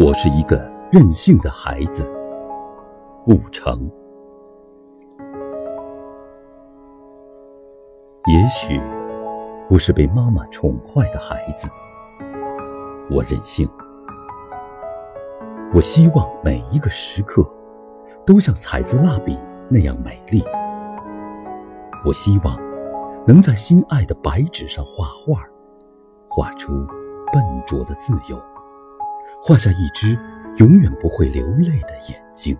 我是一个任性的孩子，顾城。也许我是被妈妈宠坏的孩子，我任性。我希望每一个时刻都像彩色蜡笔那样美丽。我希望能在心爱的白纸上画画，画出笨拙的自由，画下一只永远不会流泪的眼睛。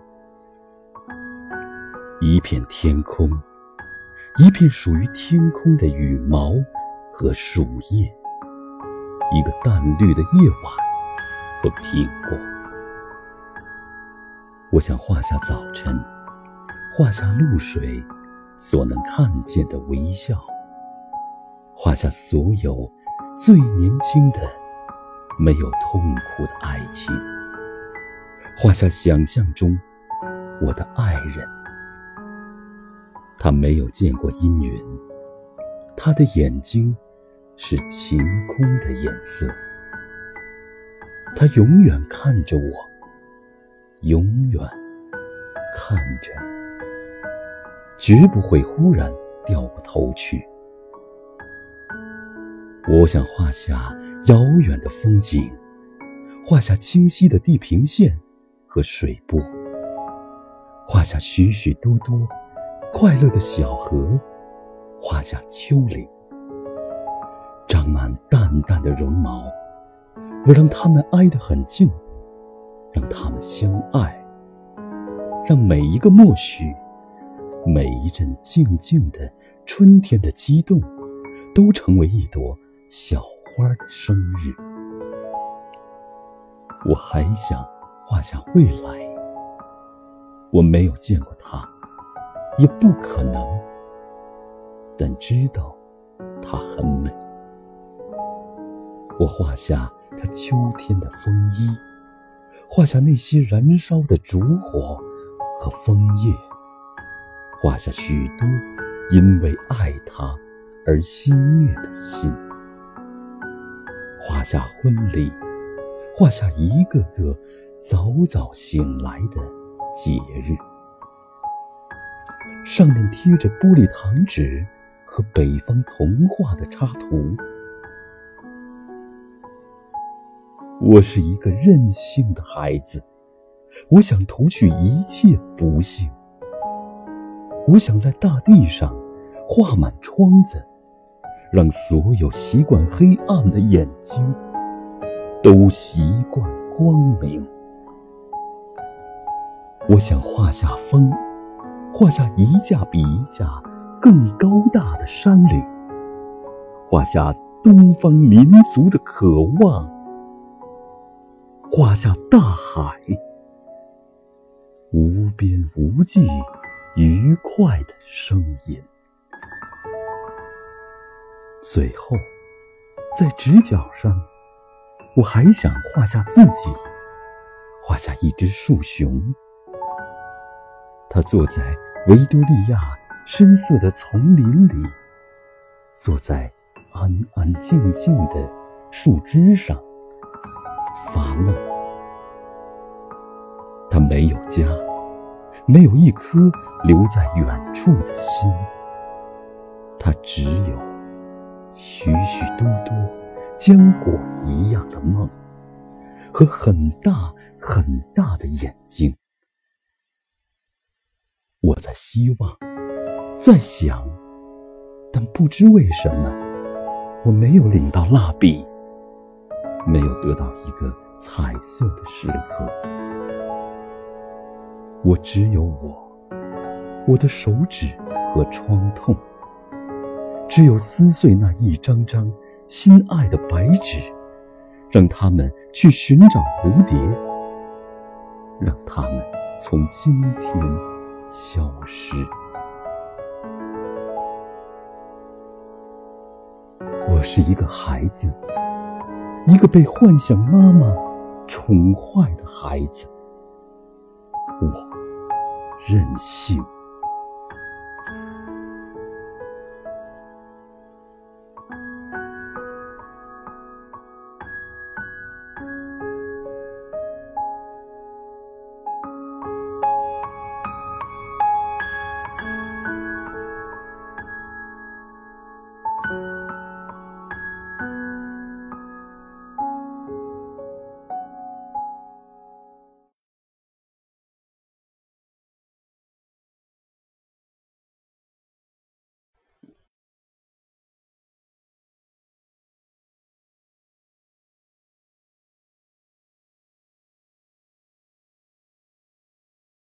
一片天空，一片属于天空的羽毛和树叶，一个淡绿的夜晚和苹果。我想画下早晨，画下露水所能看见的微笑，画下所有最年轻的没有痛苦的爱情，画下想象中我的爱人。他没有见过阴云，他的眼睛是晴空的颜色。他永远看着我，永远看着，绝不会忽然掉过头去。我想画下遥远的风景，画下清晰的地平线和水波，画下许许多多快乐的小河，画下丘陵，长满淡淡的绒毛。我让它们挨得很近，让它们相爱，让每一个默许，每一阵静静的春天的激动，都成为一朵小花的生日。我还想画下未来，我没有见过它，也不可能，但知道它很美。我画下它秋天的枫衣，画下那些燃烧的烛火和枫叶，画下许多因为爱它而熄灭的心，画下婚礼，画下一个个早早醒来的节日，上面贴着玻璃糖纸和北方童话的插图。我是一个任性的孩子，我想涂去一切不幸。我想在大地上画满窗子，让所有习惯黑暗的眼睛都习惯光明。我想画下风，画下一架比一架更高大的山岭，画下东方民族的渴望，画下大海，无边无际愉快的声音。最后，在直角上，我还想画下自己，画下一只树熊。它坐在维多利亚深色的丛林里，坐在安安静静的树枝上发愣。它没有家，没有一颗留在远处的心，它只有许许多多浆果一样的梦和很大很大的眼睛。我在希望，在想，但不知为什么，我没有领到蜡笔，没有得到一个彩色的时刻。我只有我的手指和创痛，只有撕碎那一张张心爱的白纸，让他们去寻找蝴蝶，让他们从今天消失。我是一个孩子，一个被幻想妈妈宠坏的孩子。我任性。